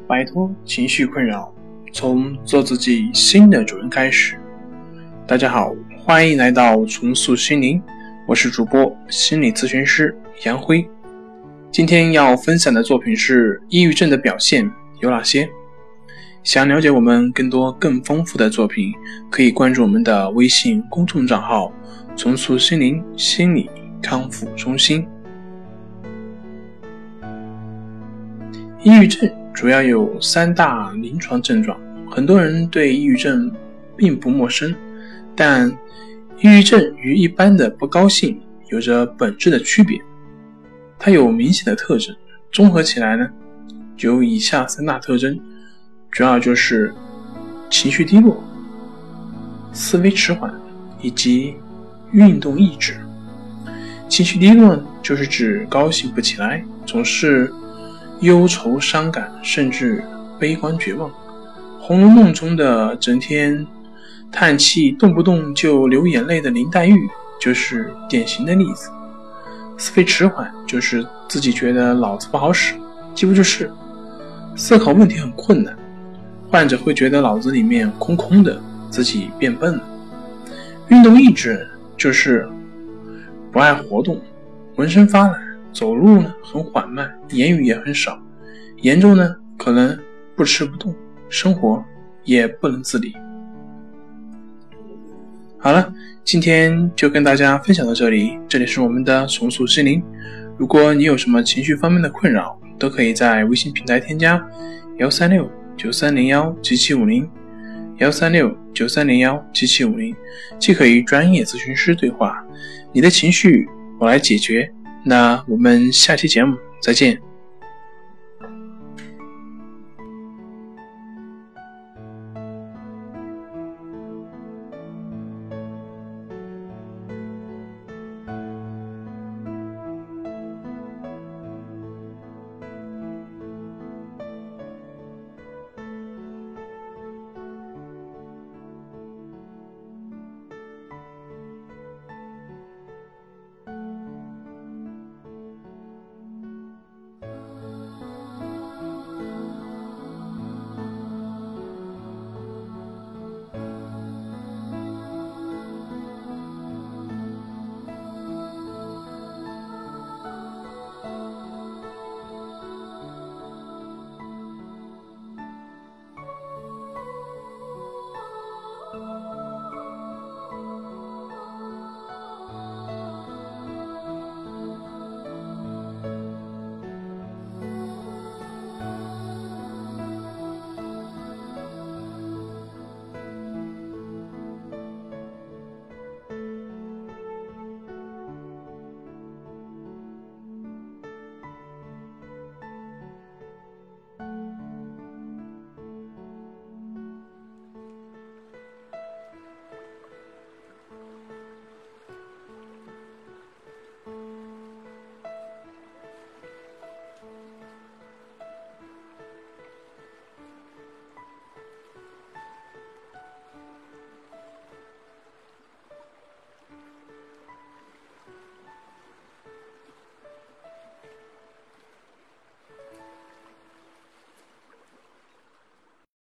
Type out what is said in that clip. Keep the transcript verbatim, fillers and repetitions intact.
摆脱情绪困扰，从做自己新的主人开始。大家好，欢迎来到重塑心灵，我是主播心理咨询师杨辉。今天要分享的作品是抑郁症的表现有哪些。想了解我们更多更丰富的作品，可以关注我们的微信公众账号重塑心灵心理康复中心。抑郁症主要有三大临床症状，很多人对抑郁症并不陌生，但抑郁症与一般的不高兴有着本质的区别。它有明显的特征，综合起来呢，有以下三大特征，主要就是情绪低落、思维迟缓以及运动抑制。情绪低落就是指高兴不起来，总是忧愁伤感，甚至悲观绝望。红楼梦中的整天叹气动不动就流眼泪的林黛玉就是典型的例子。思维迟缓就是自己觉得脑子不好使，记不住事，思考问题很困难，患者会觉得脑子里面空空的，自己变笨了。运动抑制就是不爱活动，浑身发懒，走路呢很缓慢，言语也很少，严重呢可能不吃不动，生活也不能自理。好了，今天就跟大家分享到这里，这里是我们的重塑心灵。如果你有什么情绪方面的困扰，都可以在微信平台添加一三六九三零一七七五零 一三六九三零一七七五零，既可与专业咨询师对话，你的情绪我来解决。那我们下期节目再见。